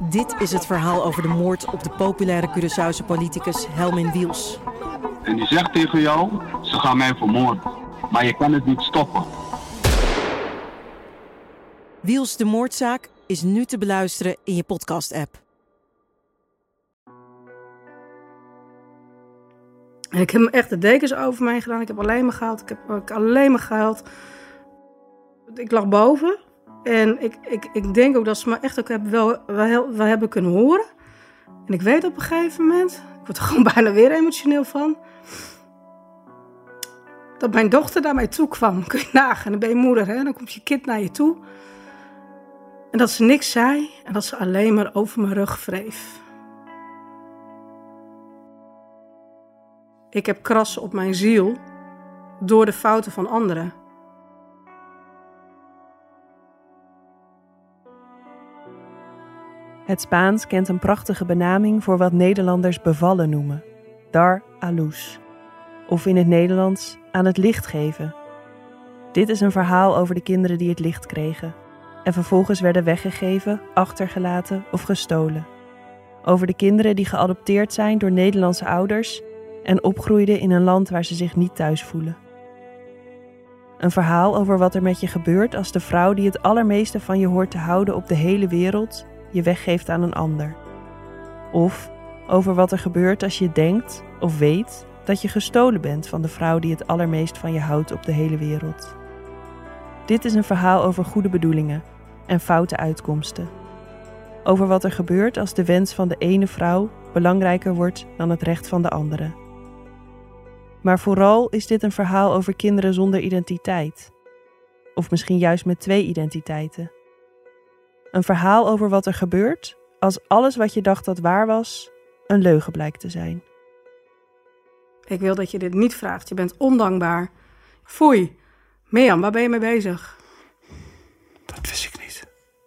Dit is het verhaal over de moord op de populaire Curaçaose politicus Helmin Wiels. En die zegt tegen jou, ze gaan mij vermoorden. Maar je kan het niet stoppen. Wiels de moordzaak is nu te beluisteren in je podcast-app. Ik heb echt de dekens over mij gedaan. Ik heb alleen maar gehuild. Ik heb alleen maar gehuild. Ik lag boven. En ik denk ook dat ze me echt ook wel hebben kunnen horen. En ik weet op een gegeven moment, ik word er gewoon bijna weer emotioneel van, dat mijn dochter naar mij toe kwam. Kun je nagaan, dan ben je moeder, hè? Dan komt je kind naar je toe. En dat ze niks zei en dat ze alleen maar over mijn rug wreef. Ik heb krassen op mijn ziel door de fouten van anderen. Het Spaans kent een prachtige benaming voor wat Nederlanders bevallen noemen. Dar a luz. Of in het Nederlands aan het licht geven. Dit is een verhaal over de kinderen die het licht kregen. En vervolgens werden weggegeven, achtergelaten of gestolen. Over de kinderen die geadopteerd zijn door Nederlandse ouders en opgroeiden in een land waar ze zich niet thuis voelen. Een verhaal over wat er met je gebeurt als de vrouw die het allermeeste van je hoort te houden op de hele wereld je weggeeft aan een ander. Of over wat er gebeurt als je denkt of weet dat je gestolen bent van de vrouw die het allermeest van je houdt op de hele wereld. Dit is een verhaal over goede bedoelingen en foute uitkomsten. Over wat er gebeurt als de wens van de ene vrouw belangrijker wordt dan het recht van de andere. Maar vooral is dit een verhaal over kinderen zonder identiteit. Of misschien juist met 2 identiteiten. Een verhaal over wat er gebeurt als alles wat je dacht dat waar was, een leugen blijkt te zijn. Ik wil dat je dit niet vraagt. Je bent ondankbaar. Foei. Mirjam, waar ben je mee bezig? Dat wist ik niet.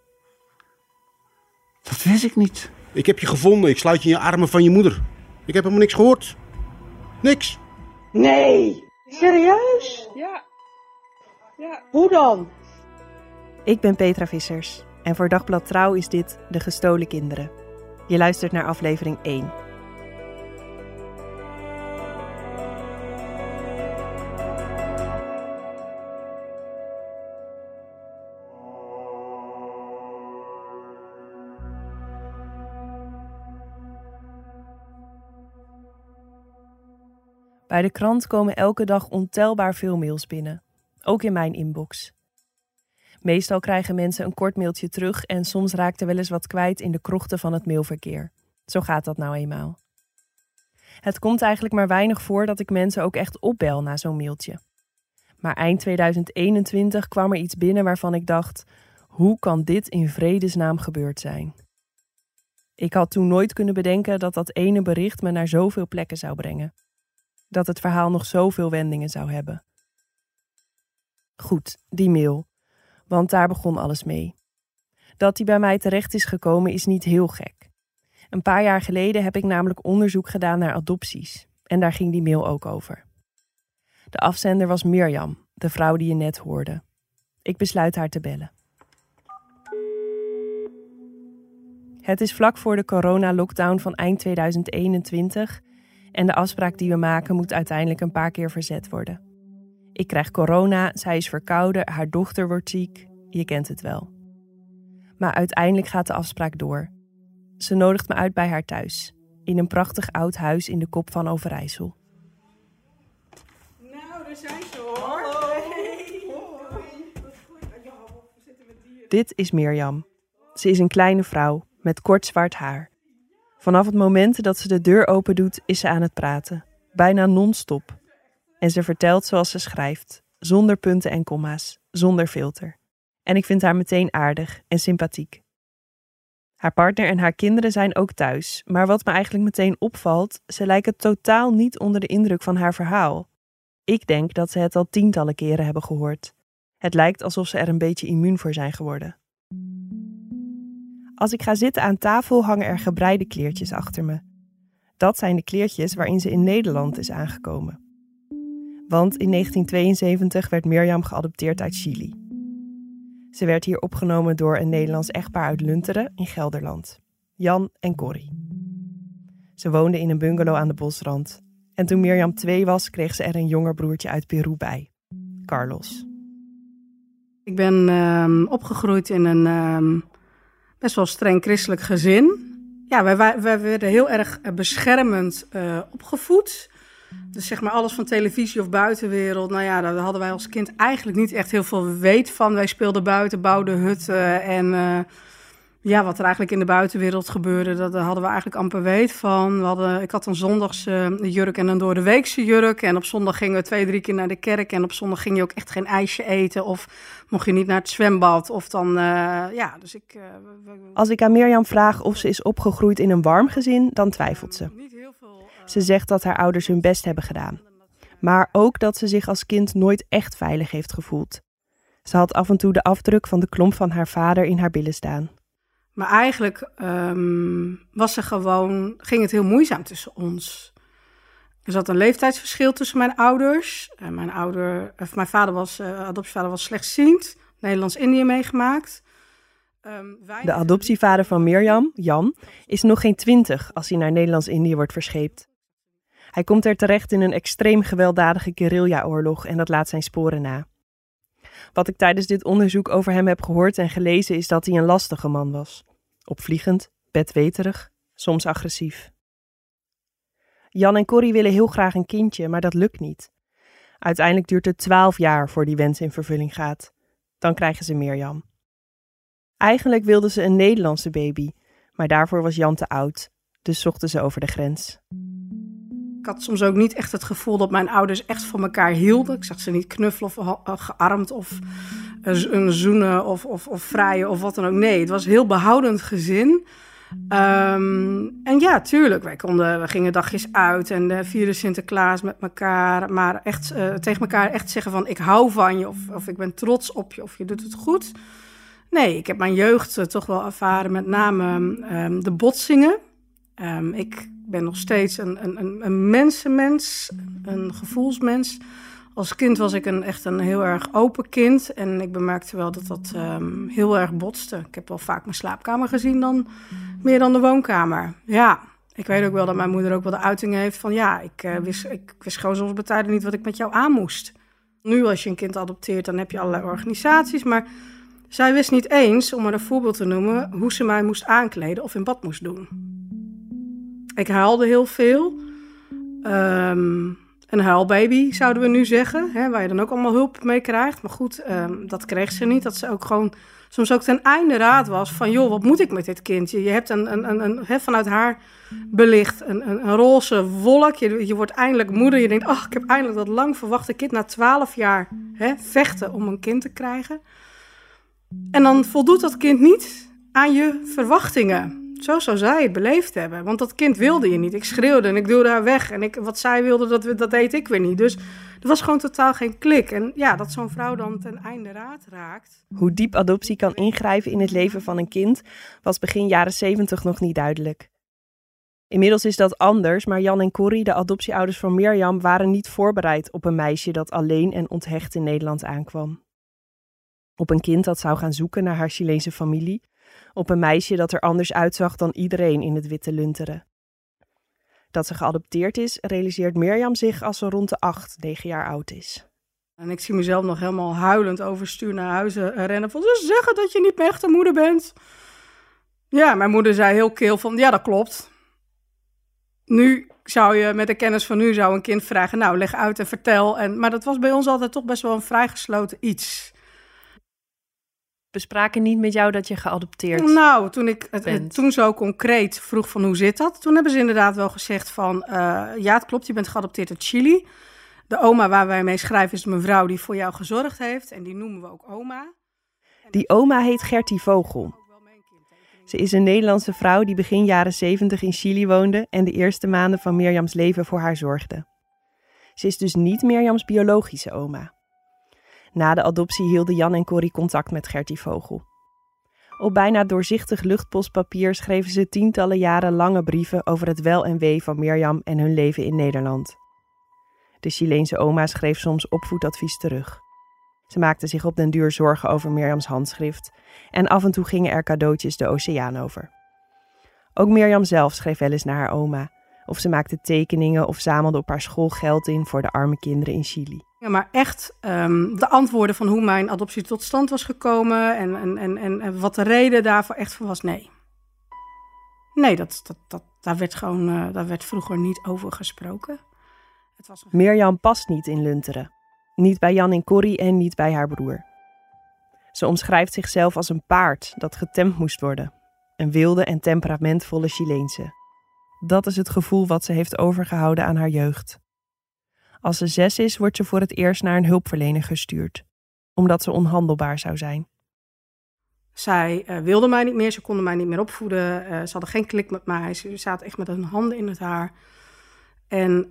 Dat wist ik niet. Ik heb je gevonden. Ik sluit je in je armen van je moeder. Ik heb helemaal niks gehoord. Niks. Nee. Serieus? Ja. Hoe dan? Ik ben Petra Vissers en voor Dagblad Trouw is dit De Gestolen Kinderen. Je luistert naar aflevering 1. Bij de krant komen elke dag ontelbaar veel mails binnen. Ook in mijn inbox. Meestal krijgen mensen een kort mailtje terug en soms raakt er wel eens wat kwijt in de krochten van het mailverkeer. Zo gaat dat nou eenmaal. Het komt eigenlijk maar weinig voor dat ik mensen ook echt opbel na zo'n mailtje. Maar eind 2021 kwam er iets binnen waarvan ik dacht, hoe kan dit in vredesnaam gebeurd zijn? Ik had toen nooit kunnen bedenken dat dat ene bericht me naar zoveel plekken zou brengen. Dat het verhaal nog zoveel wendingen zou hebben. Goed, die mail. Want daar begon alles mee. Dat die bij mij terecht is gekomen is niet heel gek. Een paar jaar geleden heb ik namelijk onderzoek gedaan naar adopties. En daar ging die mail ook over. De afzender was Mirjam, de vrouw die je net hoorde. Ik besluit haar te bellen. Het is vlak voor de corona-lockdown van eind 2021... en de afspraak die we maken moet uiteindelijk een paar keer verzet worden. Ik krijg corona, zij is verkouden, haar dochter wordt ziek. Je kent het wel. Maar uiteindelijk gaat de afspraak door. Ze nodigt me uit bij haar thuis. In een prachtig oud huis in de kop van Overijssel. Nou, daar zijn ze hoor. Hey. Dit is Mirjam. Ze is een kleine vrouw met kort zwart haar. Vanaf het moment dat ze de deur open doet, is ze aan het praten. Bijna non-stop. En ze vertelt zoals ze schrijft. Zonder punten en komma's. Zonder filter. En ik vind haar meteen aardig en sympathiek. Haar partner en haar kinderen zijn ook thuis. Maar wat me eigenlijk meteen opvalt, ze lijken totaal niet onder de indruk van haar verhaal. Ik denk dat ze het al tientallen keren hebben gehoord. Het lijkt alsof ze er een beetje immuun voor zijn geworden. Als ik ga zitten aan tafel hangen er gebreide kleertjes achter me. Dat zijn de kleertjes waarin ze in Nederland is aangekomen. Want in 1972 werd Mirjam geadopteerd uit Chili. Ze werd hier opgenomen door een Nederlands echtpaar uit Lunteren in Gelderland. Jan en Corrie. Ze woonden in een bungalow aan de bosrand. En toen Mirjam 2 was, kreeg ze er een jonger broertje uit Peru bij. Carlos. Ik ben opgegroeid in een best wel streng christelijk gezin. Ja, wij werden heel erg beschermend opgevoed. Dus zeg maar alles van televisie of buitenwereld. Nou ja, daar hadden wij als kind eigenlijk niet echt heel veel weet van. Wij speelden buiten, bouwden hutten en wat er eigenlijk in de buitenwereld gebeurde, daar hadden we eigenlijk amper weet van. Ik had een zondagsjurk en een doordeweekse jurk. En op zondag gingen we 2-3 keer naar de kerk. En op zondag ging je ook echt geen ijsje eten. Of mocht je niet naar het zwembad. Of dan, dus ik... Als ik aan Mirjam vraag of ze is opgegroeid in een warm gezin, dan twijfelt ze. Ze zegt dat haar ouders hun best hebben gedaan. Maar ook dat ze zich als kind nooit echt veilig heeft gevoeld. Ze had af en toe de afdruk van de klomp van haar vader in haar billen staan. Maar eigenlijk ging het heel moeizaam tussen ons. Er zat een leeftijdsverschil tussen mijn ouders. Mijn adoptievader was slechtziend, Nederlands-Indië meegemaakt. De adoptievader van Mirjam, Jan, is nog geen 20 als hij naar Nederlands-Indië wordt verscheept. Hij komt er terecht in een extreem gewelddadige guerrilla-oorlog en dat laat zijn sporen na. Wat ik tijdens dit onderzoek over hem heb gehoord en gelezen is dat hij een lastige man was. Opvliegend, bedweterig, soms agressief. Jan en Corrie willen heel graag een kindje, maar dat lukt niet. Uiteindelijk duurt het 12 jaar voor die wens in vervulling gaat. Dan krijgen ze Mirjam. Eigenlijk wilden ze een Nederlandse baby, maar daarvoor was Jan te oud. Dus zochten ze over de grens. Ik had soms ook niet echt het gevoel dat mijn ouders echt van elkaar hielden. Ik zag ze niet knuffelen of gearmd of een zoenen of vrijen of wat dan ook. Nee, het was een heel behoudend gezin. En ja, tuurlijk, we gingen dagjes uit en vierden Sinterklaas met elkaar. Maar echt tegen elkaar echt zeggen van ik hou van je of ik ben trots op je of je doet het goed. Nee, ik heb mijn jeugd toch wel ervaren, met name de botsingen. Ik ben nog steeds een mensenmens, een gevoelsmens. Als kind was ik echt een heel erg open kind. En ik bemerkte wel dat heel erg botste. Ik heb wel vaak mijn slaapkamer gezien meer dan de woonkamer. Ja, ik weet ook wel dat mijn moeder ook wel de uiting heeft van ja, ik wist gewoon soms bij tijden niet wat ik met jou aan moest. Nu als je een kind adopteert, dan heb je allerlei organisaties, maar zij wist niet eens, om maar een voorbeeld te noemen, hoe ze mij moest aankleden of in bad moest doen. Ik huilde heel veel. Een huilbaby, zouden we nu zeggen. Hè, waar je dan ook allemaal hulp mee krijgt. Maar goed, dat kreeg ze niet. Dat ze ook gewoon soms ook ten einde raad was van joh, wat moet ik met dit kindje? Je hebt vanuit haar belicht een roze wolk. Je wordt eindelijk moeder. Je denkt, ik heb eindelijk dat lang verwachte kind na 12 jaar vechten om een kind te krijgen. En dan voldoet dat kind niet aan je verwachtingen. Zo zou zij het beleefd hebben. Want dat kind wilde je niet. Ik schreeuwde en ik duwde haar weg. En wat zij wilde, dat deed ik weer niet. Dus er was gewoon totaal geen klik. En ja, dat zo'n vrouw dan ten einde raad raakt. Hoe diep adoptie kan ingrijpen in het leven van een kind was begin jaren 70 nog niet duidelijk. Inmiddels is dat anders, maar Jan en Corrie, de adoptieouders van Mirjam, waren niet voorbereid op een meisje dat alleen en onthecht in Nederland aankwam. Op een kind dat zou gaan zoeken naar haar Chileense familie. Op een meisje dat er anders uitzag dan iedereen in het witte Lunteren. Dat ze geadopteerd is, realiseert Mirjam zich als ze rond de 8-9 jaar oud is. En ik zie mezelf nog helemaal huilend overstuur naar huis rennen. Van ze zeggen dat je niet mijn echte moeder bent. Ja, mijn moeder zei heel keel van ja, dat klopt. Nu zou je met de kennis van nu een kind vragen, nou leg uit en vertel. Maar dat was bij ons altijd toch best wel een vrij gesloten iets. We spraken niet met jou dat je geadopteerd Nou, toen ik toen zo concreet vroeg van hoe zit dat? Toen hebben ze inderdaad wel gezegd van ja, het klopt, je bent geadopteerd uit Chili. De oma waar wij mee schrijven is de mevrouw die voor jou gezorgd heeft. En die noemen we ook oma. Die oma heet Gertie Vogel. Ze is een Nederlandse vrouw die begin jaren 70 in Chili woonde en de eerste maanden van Mirjams leven voor haar zorgde. Ze is dus niet Mirjams biologische oma. Na de adoptie hielden Jan en Corrie contact met Gertie Vogel. Op bijna doorzichtig luchtpostpapier schreven ze tientallen jaren lange brieven over het wel en wee van Mirjam en hun leven in Nederland. De Chileense oma schreef soms opvoedadvies terug. Ze maakte zich op den duur zorgen over Mirjams handschrift en af en toe gingen er cadeautjes de oceaan over. Ook Mirjam zelf schreef wel eens naar haar oma. Of ze maakte tekeningen of zamelde op haar school geld in voor de arme kinderen in Chili. Ja, maar echt de antwoorden van hoe mijn adoptie tot stand was gekomen en wat de reden daarvoor echt van was, nee. Nee, daar werd vroeger niet over gesproken. Mirjam past niet in Lunteren. Niet bij Jan en Corrie en niet bij haar broer. Ze omschrijft zichzelf als een paard dat getemd moest worden. Een wilde en temperamentvolle Chileense. Dat is het gevoel wat ze heeft overgehouden aan haar jeugd. Als ze 6 is, wordt ze voor het eerst naar een hulpverlener gestuurd. Omdat ze onhandelbaar zou zijn. Zij wilde mij niet meer, ze konden mij niet meer opvoeden. Ze hadden geen klik met mij, ze zaten echt met hun handen in het haar. En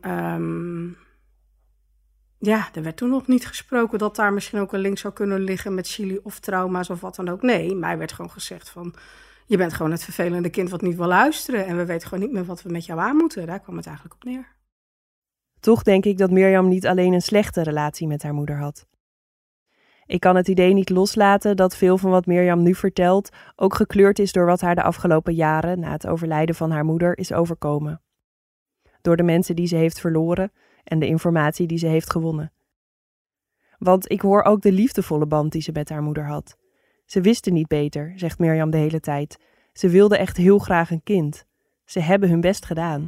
er werd toen nog niet gesproken dat daar misschien ook een link zou kunnen liggen met Chili of trauma's of wat dan ook. Nee, mij werd gewoon gezegd van, je bent gewoon het vervelende kind wat niet wil luisteren. En we weten gewoon niet meer wat we met jou aan moeten. Daar kwam het eigenlijk op neer. Toch denk ik dat Mirjam niet alleen een slechte relatie met haar moeder had. Ik kan het idee niet loslaten dat veel van wat Mirjam nu vertelt ook gekleurd is door wat haar de afgelopen jaren, na het overlijden van haar moeder, is overkomen. Door de mensen die ze heeft verloren en de informatie die ze heeft gewonnen. Want ik hoor ook de liefdevolle band die ze met haar moeder had. Ze wisten niet beter, zegt Mirjam de hele tijd. Ze wilde echt heel graag een kind. Ze hebben hun best gedaan.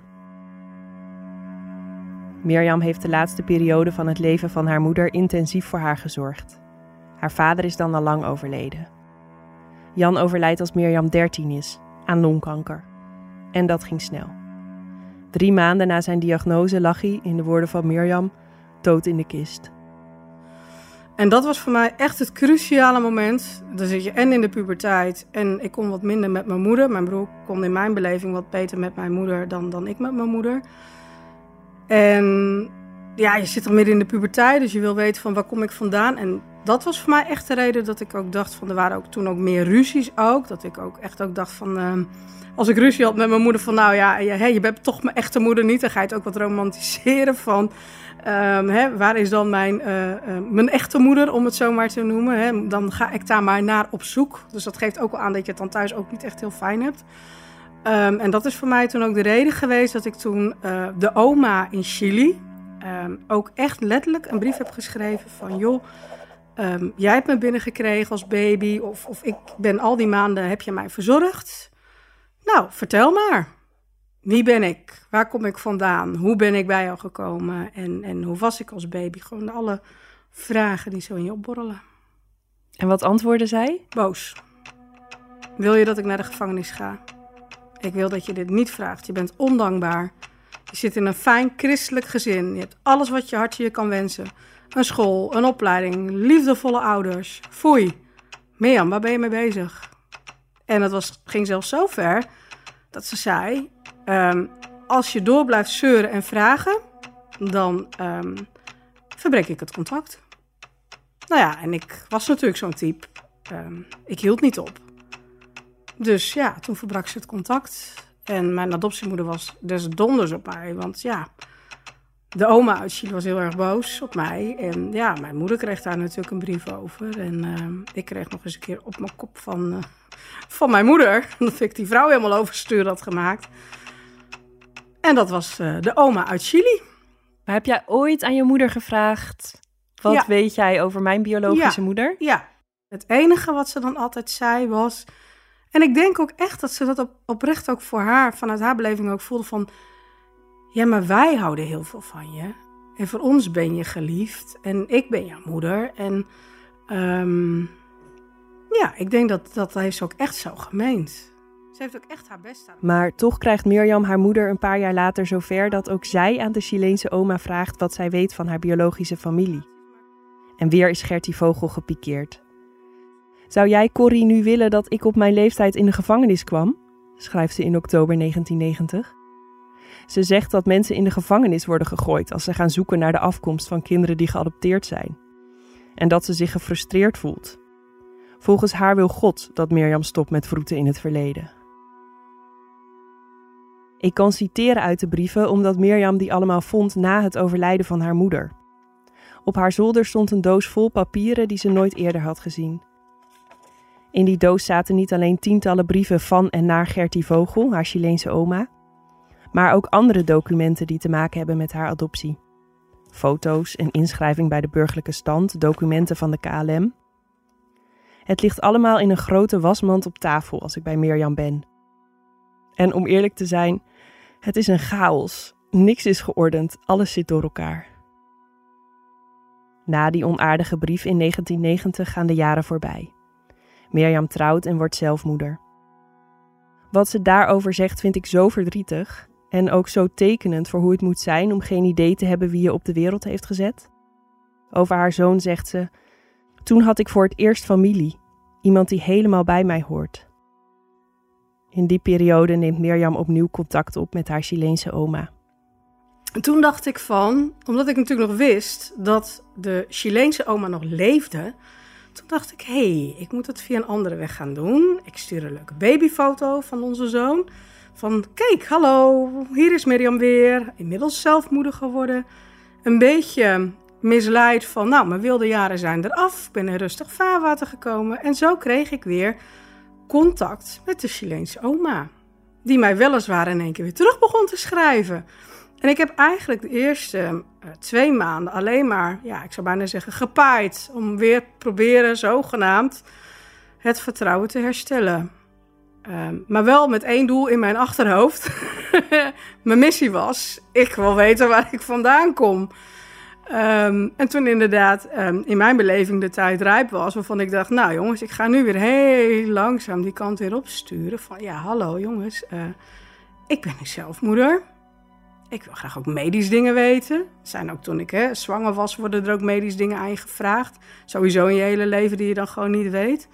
Mirjam heeft de laatste periode van het leven van haar moeder intensief voor haar gezorgd. Haar vader is dan al lang overleden. Jan overlijdt als Mirjam 13 is, aan longkanker. En dat ging snel. 3 maanden na zijn diagnose lag hij, in de woorden van Mirjam, dood in de kist. En dat was voor mij echt het cruciale moment. Dan zit je en in de puberteit en ik kon wat minder met mijn moeder. Mijn broer kon in mijn beleving wat beter met mijn moeder dan ik met mijn moeder. En ja, je zit dan midden in de puberteit, dus je wil weten van waar kom ik vandaan. En dat was voor mij echt de reden dat ik ook dacht van, er waren ook toen ook meer ruzies ook. Dat ik ook echt ook dacht van, als ik ruzie had met mijn moeder van, nou ja, je bent toch mijn echte moeder niet. Dan ga je het ook wat romantiseren van, waar is dan mijn echte moeder, om het zo maar te noemen. Hè? Dan ga ik daar maar naar op zoek. Dus dat geeft ook wel aan dat je het dan thuis ook niet echt heel fijn hebt. En dat is voor mij toen ook de reden geweest dat ik toen de oma in Chili ook echt letterlijk een brief heb geschreven van, joh, jij hebt me binnengekregen als baby of ik ben al die maanden, heb je mij verzorgd? Nou, vertel maar. Wie ben ik? Waar kom ik vandaan? Hoe ben ik bij jou gekomen? En hoe was ik als baby? Gewoon alle vragen die zo in je opborrelen. En wat antwoordde zij? Boos. Wil je dat ik naar de gevangenis ga? Ik wil dat je dit niet vraagt. Je bent ondankbaar. Je zit in een fijn christelijk gezin. Je hebt alles wat je hartje je kan wensen. Een school, een opleiding, liefdevolle ouders. Foei. Mirjam, waar ben je mee bezig? En het ging zelfs zo ver dat ze zei, als je door blijft zeuren en vragen, dan verbreek ik het contact. Nou ja, en ik was natuurlijk zo'n type. Ik hield niet op. Dus ja, toen verbrak ze het contact. En mijn adoptiemoeder was des donders op mij. Want ja, de oma uit Chili was heel erg boos op mij. En ja, mijn moeder kreeg daar natuurlijk een brief over. En ik kreeg nog eens een keer op mijn kop van mijn moeder. Dat ik die vrouw helemaal overstuur had gemaakt. En dat was de oma uit Chili. Maar heb jij ooit aan je moeder gevraagd, wat weet jij over mijn biologische moeder? Ja. Het enige wat ze dan altijd zei was, en ik denk ook echt dat ze dat oprecht ook voor haar, vanuit haar beleving ook voelde van, ja, maar wij houden heel veel van je. En voor ons ben je geliefd. En ik ben jouw moeder. En ik denk dat heeft ze ook echt zo gemeend. Ze heeft ook echt haar best aan. Maar toch krijgt Mirjam haar moeder een paar jaar later zover dat ook zij aan de Chileense oma vraagt wat zij weet van haar biologische familie. En weer is Gertie Vogel gepikeerd. Zou jij, Corrie, nu willen dat ik op mijn leeftijd in de gevangenis kwam? Schrijft ze in oktober 1990. Ze zegt dat mensen in de gevangenis worden gegooid als ze gaan zoeken naar de afkomst van kinderen die geadopteerd zijn. En dat ze zich gefrustreerd voelt. Volgens haar wil God dat Mirjam stopt met wroeten in het verleden. Ik kan citeren uit de brieven omdat Mirjam die allemaal vond na het overlijden van haar moeder. Op haar zolder stond een doos vol papieren die ze nooit eerder had gezien. In die doos zaten niet alleen tientallen brieven van en naar Gertie Vogel, haar Chileense oma, maar ook andere documenten die te maken hebben met haar adoptie. Foto's, een inschrijving bij de burgerlijke stand, documenten van de KLM. Het ligt allemaal in een grote wasmand op tafel als ik bij Mirjam ben. En om eerlijk te zijn, het is een chaos. Niks is geordend, alles zit door elkaar. Na die onaardige brief in 1990 gaan de jaren voorbij. Mirjam trouwt en wordt zelf moeder. Wat ze daarover zegt vind ik zo verdrietig en ook zo tekenend voor hoe het moet zijn om geen idee te hebben wie je op de wereld heeft gezet. Over haar zoon zegt ze: toen had ik voor het eerst familie, iemand die helemaal bij mij hoort. In die periode neemt Mirjam opnieuw contact op met haar Chileense oma. En toen dacht ik omdat ik natuurlijk nog wist dat de Chileense oma nog leefde, toen dacht ik, ik moet het via een andere weg gaan doen. Ik stuur een leuke babyfoto van onze zoon. Van, kijk, hallo, hier is Mirjam weer. Inmiddels zelfmoeder geworden. Een beetje misleid van, mijn wilde jaren zijn eraf. Ik ben in rustig vaarwater gekomen. En zo kreeg ik weer contact met de Chileense oma. Die mij weliswaar in één keer weer terug begon te schrijven. En ik heb eigenlijk de eerste 2 maanden alleen maar, ik zou bijna zeggen, gepaaid. Om weer proberen, zogenaamd, het vertrouwen te herstellen. Maar wel met 1 doel in mijn achterhoofd. Mijn missie was, ik wil weten waar ik vandaan kom. En toen inderdaad in mijn beleving de tijd rijp was, waarvan ik dacht, jongens, ik ga nu weer heel langzaam die kant weer opsturen. Van, hallo jongens, ik ben nu zelfmoeder. Ik wil graag ook medisch dingen weten. Zijn ook toen ik zwanger was, worden er ook medisch dingen aan je gevraagd. Sowieso in je hele leven die je dan gewoon niet weet.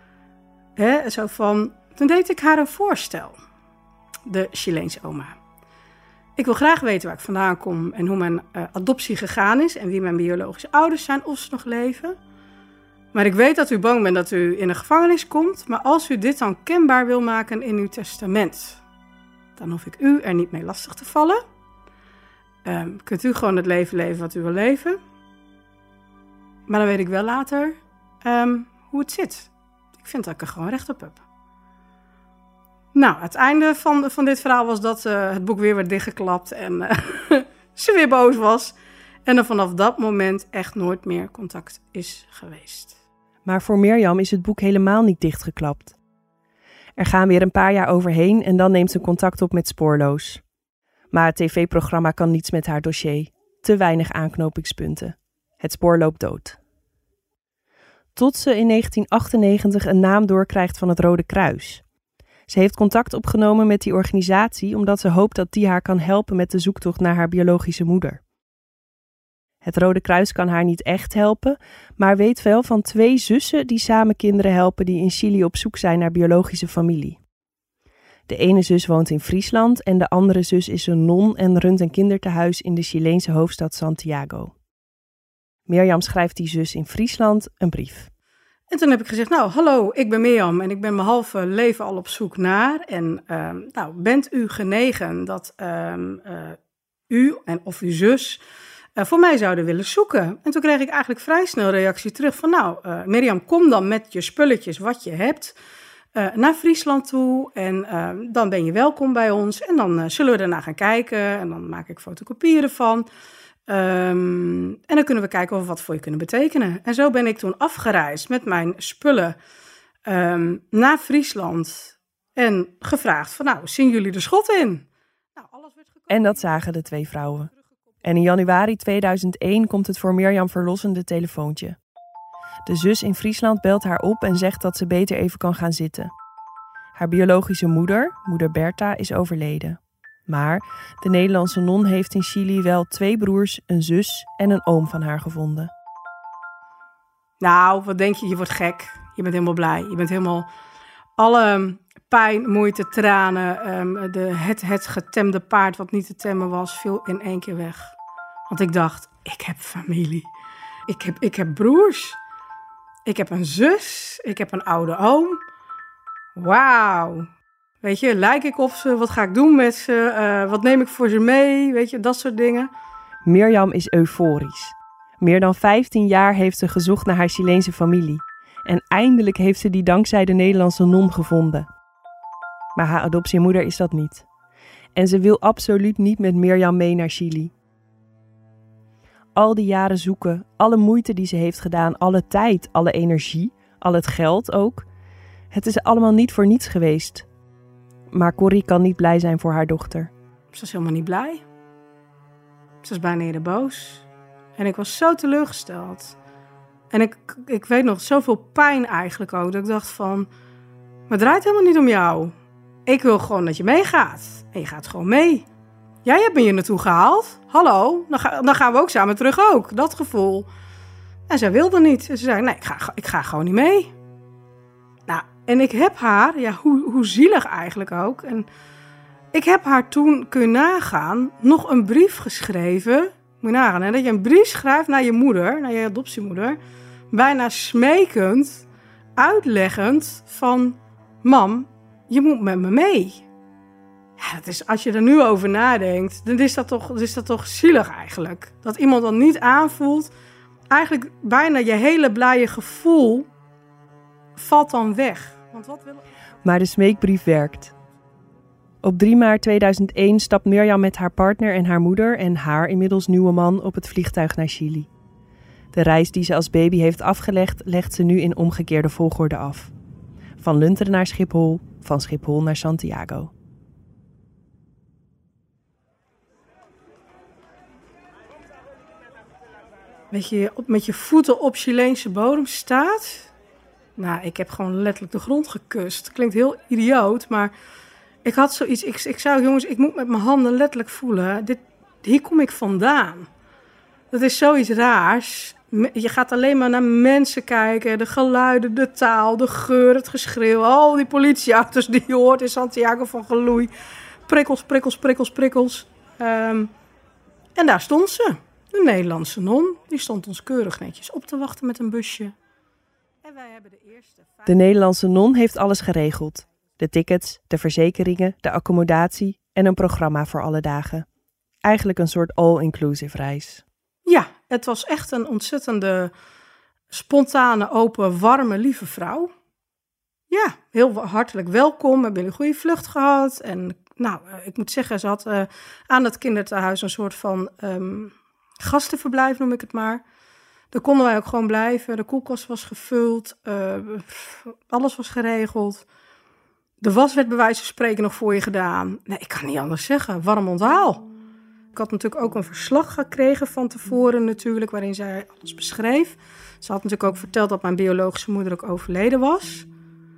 Toen deed ik haar een voorstel. De Chileense oma. Ik wil graag weten waar ik vandaan kom en hoe mijn adoptie gegaan is. En wie mijn biologische ouders zijn, of ze nog leven. Maar ik weet dat u bang bent dat u in een gevangenis komt. Maar als u dit dan kenbaar wil maken in uw testament, dan hoef ik u er niet mee lastig te vallen. Kunt u gewoon het leven leven wat u wil leven. Maar dan weet ik wel later hoe het zit. Ik vind dat ik er gewoon recht op heb. Het einde van dit verhaal was dat het boek weer werd dichtgeklapt en ze weer boos was. En er vanaf dat moment echt nooit meer contact is geweest. Maar voor Mirjam is het boek helemaal niet dichtgeklapt. Er gaan weer een paar jaar overheen en dan neemt ze contact op met Spoorloos. Maar het tv-programma kan niets met haar dossier. Te weinig aanknopingspunten. Het spoor loopt dood. Tot ze in 1998 een naam doorkrijgt van het Rode Kruis. Ze heeft contact opgenomen met die organisatie omdat ze hoopt dat die haar kan helpen met de zoektocht naar haar biologische moeder. Het Rode Kruis kan haar niet echt helpen, maar weet wel van 2 zussen die samen kinderen helpen die in Chili op zoek zijn naar biologische familie. De ene zus woont in Friesland en de andere zus is een non en runt een kindertehuis in de Chileense hoofdstad Santiago. Mirjam schrijft die zus in Friesland een brief. En toen heb ik gezegd, hallo, ik ben Mirjam en ik ben mijn halve leven al op zoek naar. En bent u genegen dat u en of uw zus voor mij zouden willen zoeken? En toen kreeg ik eigenlijk vrij snel reactie terug van, Mirjam, kom dan met je spulletjes wat je hebt naar Friesland toe. En dan ben je welkom bij ons. En dan zullen we ernaar gaan kijken en dan maak ik fotocopieën ervan. En dan kunnen we kijken of we wat voor je kunnen betekenen. En zo ben ik toen afgereisd met mijn spullen naar Friesland. En gevraagd van, zien jullie de schot in? Alles werd en dat zagen de 2 vrouwen. En in januari 2001 komt het voor Mirjam verlossende telefoontje. De zus in Friesland belt haar op en zegt dat ze beter even kan gaan zitten. Haar biologische moeder, moeder Bertha, is overleden. Maar de Nederlandse non heeft in Chili wel 2 broers, een zus en een oom van haar gevonden. Wat denk je? Je wordt gek. Je bent helemaal blij. Je bent helemaal... Alle pijn, moeite, tranen, het getemde paard wat niet te temmen was, viel in één keer weg. Want ik dacht, ik heb familie. Ik heb broers. Ik heb een zus. Ik heb een oude oom. Wauw. Weet je, lijk ik op ze? Wat ga ik doen met ze? Wat neem ik voor ze mee? Weet je, dat soort dingen. Mirjam is euforisch. Meer dan 15 jaar heeft ze gezocht naar haar Chileense familie. En eindelijk heeft ze die dankzij de Nederlandse non gevonden. Maar haar adoptiemoeder is dat niet. En ze wil absoluut niet met Mirjam mee naar Chili. Al die jaren zoeken, alle moeite die ze heeft gedaan, alle tijd, alle energie, al het geld ook. Het is allemaal niet voor niets geweest. Maar Corrie kan niet blij zijn voor haar dochter. Ze was helemaal niet blij. Ze was bijna eerder boos. En ik was zo teleurgesteld. En ik weet nog zoveel pijn eigenlijk ook. Dat ik dacht van, maar het draait helemaal niet om jou. Ik wil gewoon dat je meegaat. En je gaat gewoon mee. Jij hebt me hier naartoe gehaald. Hallo, dan gaan we ook samen terug ook. Dat gevoel. En zij wilde niet. En ze zei, nee, ik ga gewoon niet mee. Nou, en ik heb haar, ja, hoe zielig eigenlijk ook. En ik heb haar toen, kun je nagaan, nog een brief geschreven. Moet je nagaan, hè, dat je een brief schrijft naar je moeder, naar je adoptiemoeder. Bijna smekend, uitleggend van, mam, je moet met me mee. Ja, dat is, als je er nu over nadenkt, dan is dat toch zielig eigenlijk. Dat iemand dan niet aanvoelt. Eigenlijk bijna je hele blije gevoel valt dan weg. Want wat wil... Maar de smeekbrief werkt. Op 3 maart 2001 stapt Mirjam met haar partner en haar moeder en haar inmiddels nieuwe man op het vliegtuig naar Chili. De reis die ze als baby heeft afgelegd, legt ze nu in omgekeerde volgorde af. Van Lunteren naar Schiphol, van Schiphol naar Santiago. Weet je, met je voeten op Chileense bodem staat. Nou, ik heb gewoon letterlijk de grond gekust. Klinkt heel idioot, maar ik had zoiets. Ik zou, jongens, ik moet met mijn handen letterlijk voelen. Hier kom ik vandaan. Dat is zoiets raars. Je gaat alleen maar naar mensen kijken. De geluiden, de taal, de geur, het geschreeuw. Al die politieauto's die je hoort in Santiago van geloei. Prikkels, prikkels, prikkels, prikkels. En daar stond ze. De Nederlandse non. Die stond ons keurig netjes op te wachten met een busje. En wij hebben de eerste... De Nederlandse non heeft alles geregeld. De tickets, de verzekeringen, de accommodatie en een programma voor alle dagen. Eigenlijk een soort all-inclusive reis. Ja, het was echt een ontzettende, spontane, open, warme, lieve vrouw. Ja, heel hartelijk welkom. We hebben een goede vlucht gehad. En nou, ik moet zeggen, ze had aan het kinderthuis een soort van gastenverblijf, noem ik het maar. Daar konden wij ook gewoon blijven. De koelkast was gevuld. Alles was geregeld. De was werd bij wijze van spreken nog voor je gedaan. Nee, ik kan niet anders zeggen. Warm onthaal. Ik had natuurlijk ook een verslag gekregen van tevoren natuurlijk, waarin zij alles beschreef. Ze had natuurlijk ook verteld dat mijn biologische moeder ook overleden was.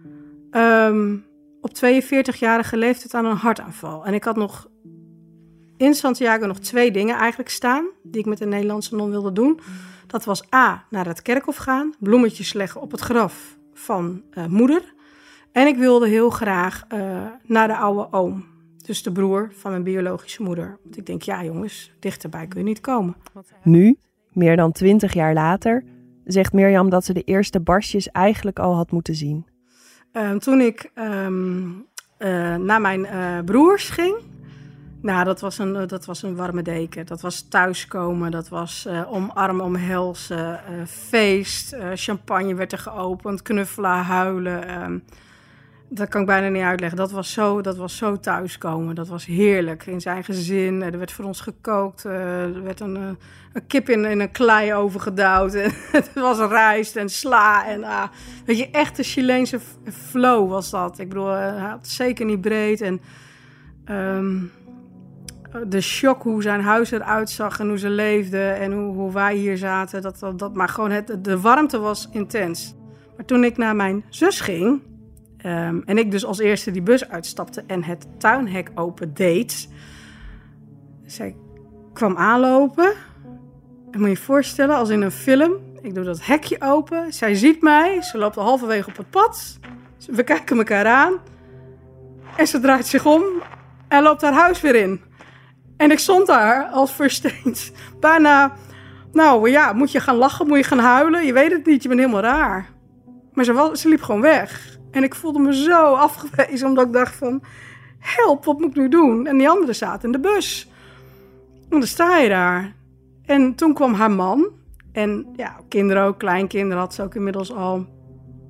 Op 42-jarige leeftijd aan een hartaanval. En ik had nog in Santiago nog 2 dingen eigenlijk staan, die ik met de Nederlandse non wilde doen. Dat was A, naar het kerkhof gaan, bloemetjes leggen op het graf van moeder. En ik wilde heel graag naar de oude oom. Dus de broer van mijn biologische moeder. Want ik denk, ja jongens, dichterbij kun je niet komen. Nu, meer dan 20 jaar later, zegt Mirjam dat ze de eerste barstjes eigenlijk al had moeten zien. Toen ik naar mijn broers ging, nou, dat was een warme deken. Dat was thuiskomen, dat was omarmen, omhelzen, feest, champagne werd er geopend, knuffelen, huilen. Dat kan ik bijna niet uitleggen. Dat was zo thuiskomen. Dat was heerlijk. In zijn gezin. Er werd voor ons gekookt. Er werd een kip in een kleioven gedouwd. Het was rijst en sla. En weet je, echt de Chileense flow was dat. Ik bedoel, hij had zeker niet breed. En de shock hoe zijn huis eruit zag en hoe ze leefden. En hoe wij hier zaten. Maar gewoon de warmte was intens. Maar toen ik naar mijn zus ging... en ik dus als eerste die bus uitstapte en het tuinhek open deed. Zij kwam aanlopen. En moet je je voorstellen, als in een film. Ik doe dat hekje open. Zij ziet mij. Ze loopt al halverwege op het pad. We kijken elkaar aan. En ze draait zich om. En loopt haar huis weer in. En ik stond daar als versteend. Bijna, nou ja, moet je gaan lachen? Moet je gaan huilen? Je weet het niet, je bent helemaal raar. Maar ze liep gewoon weg. En ik voelde me zo afgewezen, omdat ik dacht van... help, wat moet ik nu doen? En die anderen zaten in de bus. En dan sta je daar. En toen kwam haar man. En ja, kinderen ook, kleinkinderen had ze ook inmiddels al.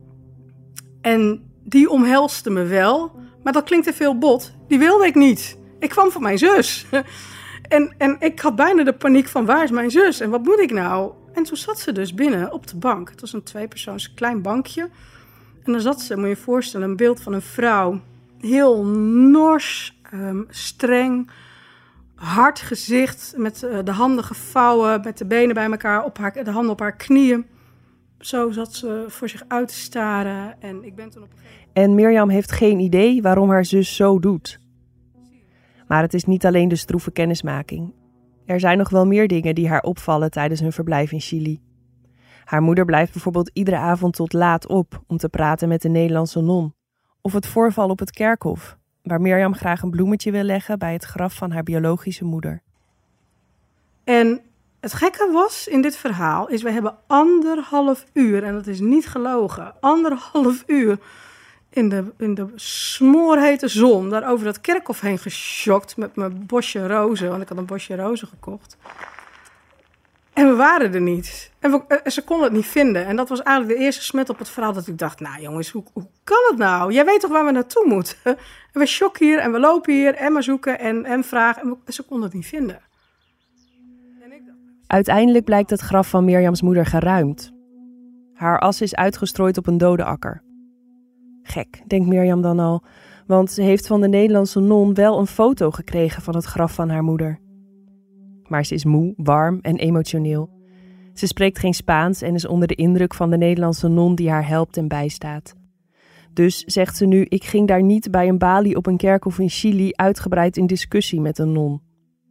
En die omhelste me wel, maar dat klinkt te veel bot. Die wilde ik niet. Ik kwam voor mijn zus. En ik had bijna de paniek van, waar is mijn zus? En wat moet ik nou? En toen zat ze dus binnen op de bank. Het was een 2-persoons klein bankje. En dan zat ze, moet je je voorstellen, een beeld van een vrouw. Heel nors, streng, hard gezicht, met de handen gevouwen, met de benen bij elkaar, de handen op haar knieën. Zo zat ze voor zich uit te staren. En ik ben toen op een gegeven moment... En Mirjam heeft geen idee waarom haar zus zo doet. Maar het is niet alleen de stroeve kennismaking. Er zijn nog wel meer dingen die haar opvallen tijdens hun verblijf in Chili. Haar moeder blijft bijvoorbeeld iedere avond tot laat op om te praten met de Nederlandse non. Of het voorval op het kerkhof, waar Mirjam graag een bloemetje wil leggen bij het graf van haar biologische moeder. En het gekke was in dit verhaal is, we hebben 1,5 uur, en dat is niet gelogen, 1,5 uur in de smoorhete zon daar over dat kerkhof heen geschokt met mijn bosje rozen, want ik had een bosje rozen gekocht. En we waren er niet. En ze konden het niet vinden. En dat was eigenlijk de eerste smet op het verhaal dat ik dacht, nou jongens, hoe kan het nou? Jij weet toch waar we naartoe moeten? En we shocken hier en we lopen hier en maar zoeken en vragen. En ze konden het niet vinden. Uiteindelijk blijkt het graf van Mirjams moeder geruimd. Haar as is uitgestrooid op een dode akker. Gek, denkt Mirjam dan al, want ze heeft van de Nederlandse non wel een foto gekregen van het graf van haar moeder. Maar ze is moe, warm en emotioneel. Ze spreekt geen Spaans en is onder de indruk van de Nederlandse non die haar helpt en bijstaat. Dus zegt ze nu, ik ging daar niet bij een balie op een kerkhof in Chili uitgebreid in discussie met een non.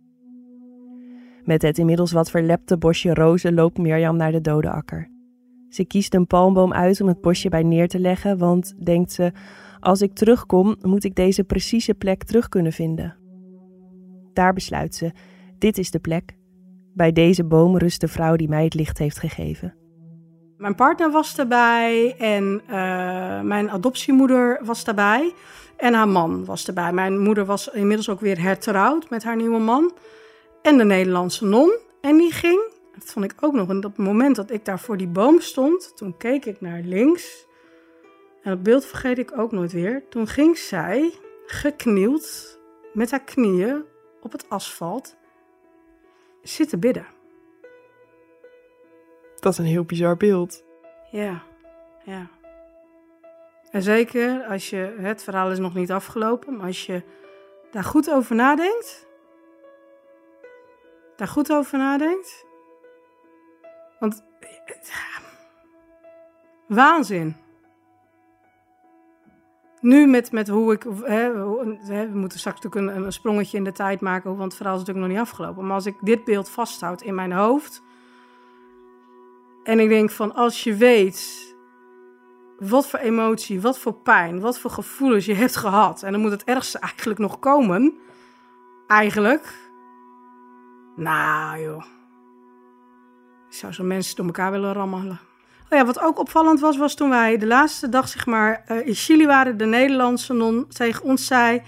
Met het inmiddels wat verlepte bosje rozen loopt Mirjam naar de dode akker. Ze kiest een palmboom uit om het bosje bij neer te leggen, want, denkt ze, als ik terugkom, moet ik deze precieze plek terug kunnen vinden. Daar besluit ze, dit is de plek. Bij deze boom rust de vrouw die mij het licht heeft gegeven. Mijn partner was erbij en mijn adoptiemoeder was erbij en haar man was erbij. Mijn moeder was inmiddels ook weer hertrouwd met haar nieuwe man en de Nederlandse non. En die ging, dat vond ik ook nog, en op het moment dat ik daar voor die boom stond, toen keek ik naar links. En dat beeld vergeet ik ook nooit weer. Toen ging zij geknield met haar knieën op het asfalt zitten bidden. Dat is een heel bizar beeld. Ja. En zeker als je, het verhaal is nog niet afgelopen, maar als je daar goed over nadenkt. Want, waanzin. Nu met hoe ik, we moeten straks natuurlijk een sprongetje in de tijd maken, want het verhaal is natuurlijk nog niet afgelopen. Maar als ik dit beeld vasthoud in mijn hoofd, en ik denk van, als je weet wat voor emotie, wat voor pijn, wat voor gevoelens je hebt gehad, en dan moet het ergste eigenlijk nog komen, eigenlijk, nou joh, ik zou zo'n mensen door elkaar willen rammelen. Oh ja, wat ook opvallend was toen wij de laatste dag, zeg maar, in Chili waren, de Nederlandse non tegen ons zei,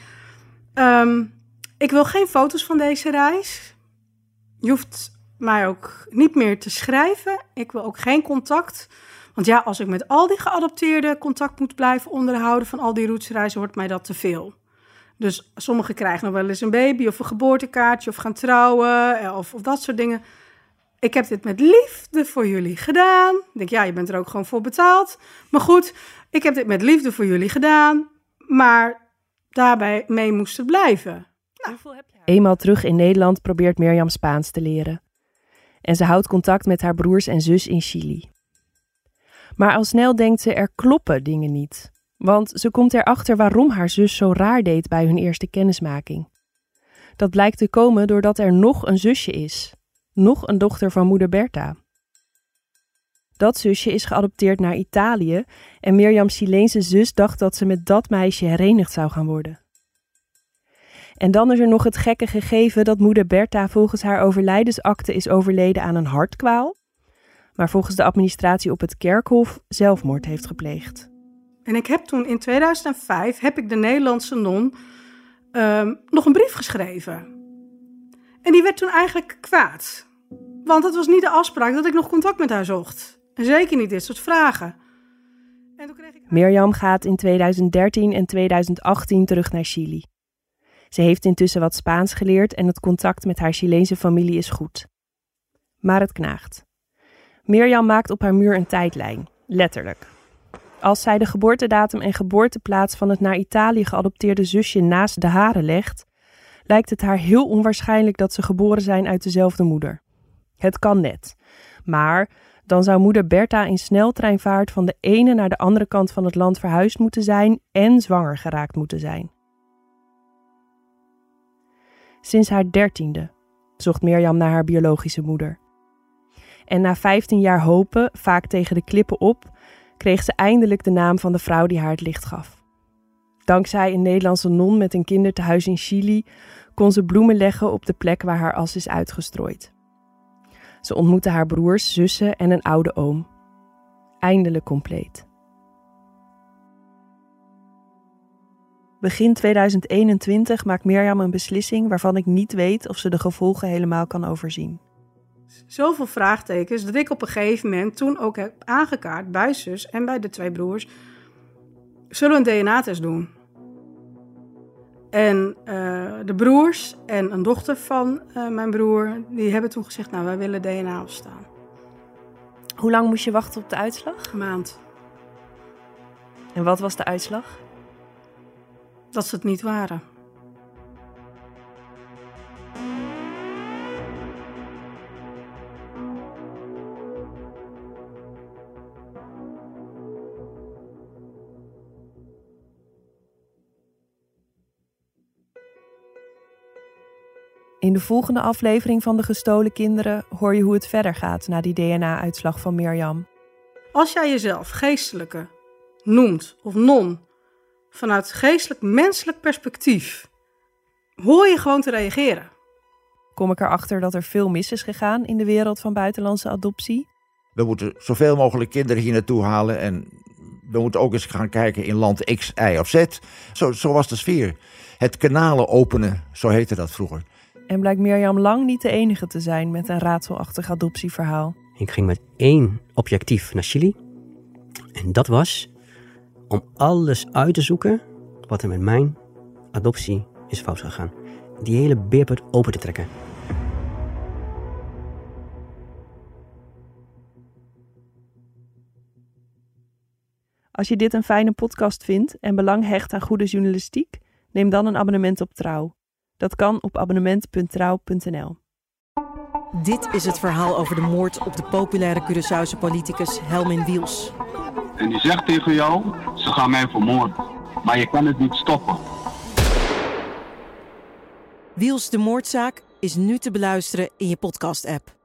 ik wil geen foto's van deze reis. Je hoeft mij ook niet meer te schrijven. Ik wil ook geen contact. Want ja, als ik met al die geadopteerden contact moet blijven onderhouden van al die roetsreizen, wordt mij dat te veel. Dus sommigen krijgen nog wel eens een baby of een geboortekaartje of gaan trouwen of dat soort dingen. Ik heb dit met liefde voor jullie gedaan. Ik denk, ja, je bent er ook gewoon voor betaald. Maar goed, ik heb dit met liefde voor jullie gedaan. Maar daarbij mee moest het blijven. Nou. Eenmaal terug in Nederland probeert Mirjam Spaans te leren. En ze houdt contact met haar broers en zus in Chili. Maar al snel denkt ze, er kloppen dingen niet. Want ze komt erachter waarom haar zus zo raar deed bij hun eerste kennismaking. Dat blijkt te komen doordat er nog een zusje is. Nog een dochter van moeder Bertha. Dat zusje is geadopteerd naar Italië en Mirjams Chileense zus dacht dat ze met dat meisje herenigd zou gaan worden. En dan is er nog het gekke gegeven dat moeder Bertha volgens haar overlijdensakte is overleden aan een hartkwaal, maar volgens de administratie op het kerkhof zelfmoord heeft gepleegd. En ik heb toen in 2005 heb ik de Nederlandse non nog een brief geschreven. En die werd toen eigenlijk kwaad. Want het was niet de afspraak dat ik nog contact met haar zocht. En zeker niet dit soort vragen. En toen kreeg ik... Mirjam gaat in 2013 en 2018 terug naar Chili. Ze heeft intussen wat Spaans geleerd en het contact met haar Chileense familie is goed. Maar het knaagt. Mirjam maakt op haar muur een tijdlijn, letterlijk. Als zij de geboortedatum en geboorteplaats van het naar Italië geadopteerde zusje naast de hare legt, lijkt het haar heel onwaarschijnlijk dat ze geboren zijn uit dezelfde moeder. Het kan net, maar dan zou moeder Bertha in sneltreinvaart van de ene naar de andere kant van het land verhuisd moeten zijn en zwanger geraakt moeten zijn. Sinds haar 13e zocht Mirjam naar haar biologische moeder. En na 15 jaar hopen, vaak tegen de klippen op, kreeg ze eindelijk de naam van de vrouw die haar het licht gaf. Dankzij een Nederlandse non met een kindertehuis in Chili kon ze bloemen leggen op de plek waar haar as is uitgestrooid. Ze ontmoette haar broers, zussen en een oude oom. Eindelijk compleet. Begin 2021 maakt Mirjam een beslissing waarvan ik niet weet of ze de gevolgen helemaal kan overzien. Zoveel vraagtekens dat ik op een gegeven moment toen ook heb aangekaart bij zus en bij de 2 broers. Zullen we een DNA-test doen? En de broers en een dochter van mijn broer, die hebben toen gezegd, nou wij willen DNA afstaan. Hoe lang moest je wachten op de uitslag? Een maand. En wat was de uitslag? Dat ze het niet waren. In de volgende aflevering van De Gestolen Kinderen hoor je hoe het verder gaat na die DNA-uitslag van Mirjam. Als jij jezelf geestelijke noemt of non vanuit geestelijk menselijk perspectief, hoor je gewoon te reageren. Kom ik erachter dat er veel mis is gegaan in de wereld van buitenlandse adoptie? We moeten zoveel mogelijk kinderen hier naartoe halen en we moeten ook eens gaan kijken in land X, Y of Z. Zo was de sfeer. Het kanalen openen, zo heette dat vroeger. En blijkt Mirjam lang niet de enige te zijn met een raadselachtig adoptieverhaal. Ik ging met 1 objectief naar Chili. En dat was om alles uit te zoeken wat er met mijn adoptie is fout gegaan. Die hele beerput open te trekken. Als je dit een fijne podcast vindt en belang hecht aan goede journalistiek, neem dan een abonnement op Trouw. Dat kan op abonnement.trouw.nl. Dit is het verhaal over de moord op de populaire Curaçaose politicus Helmin Wiels. En die zegt tegen jou, ze gaan mij vermoorden. Maar je kan het niet stoppen. Wiels de moordzaak is nu te beluisteren in je podcast-app.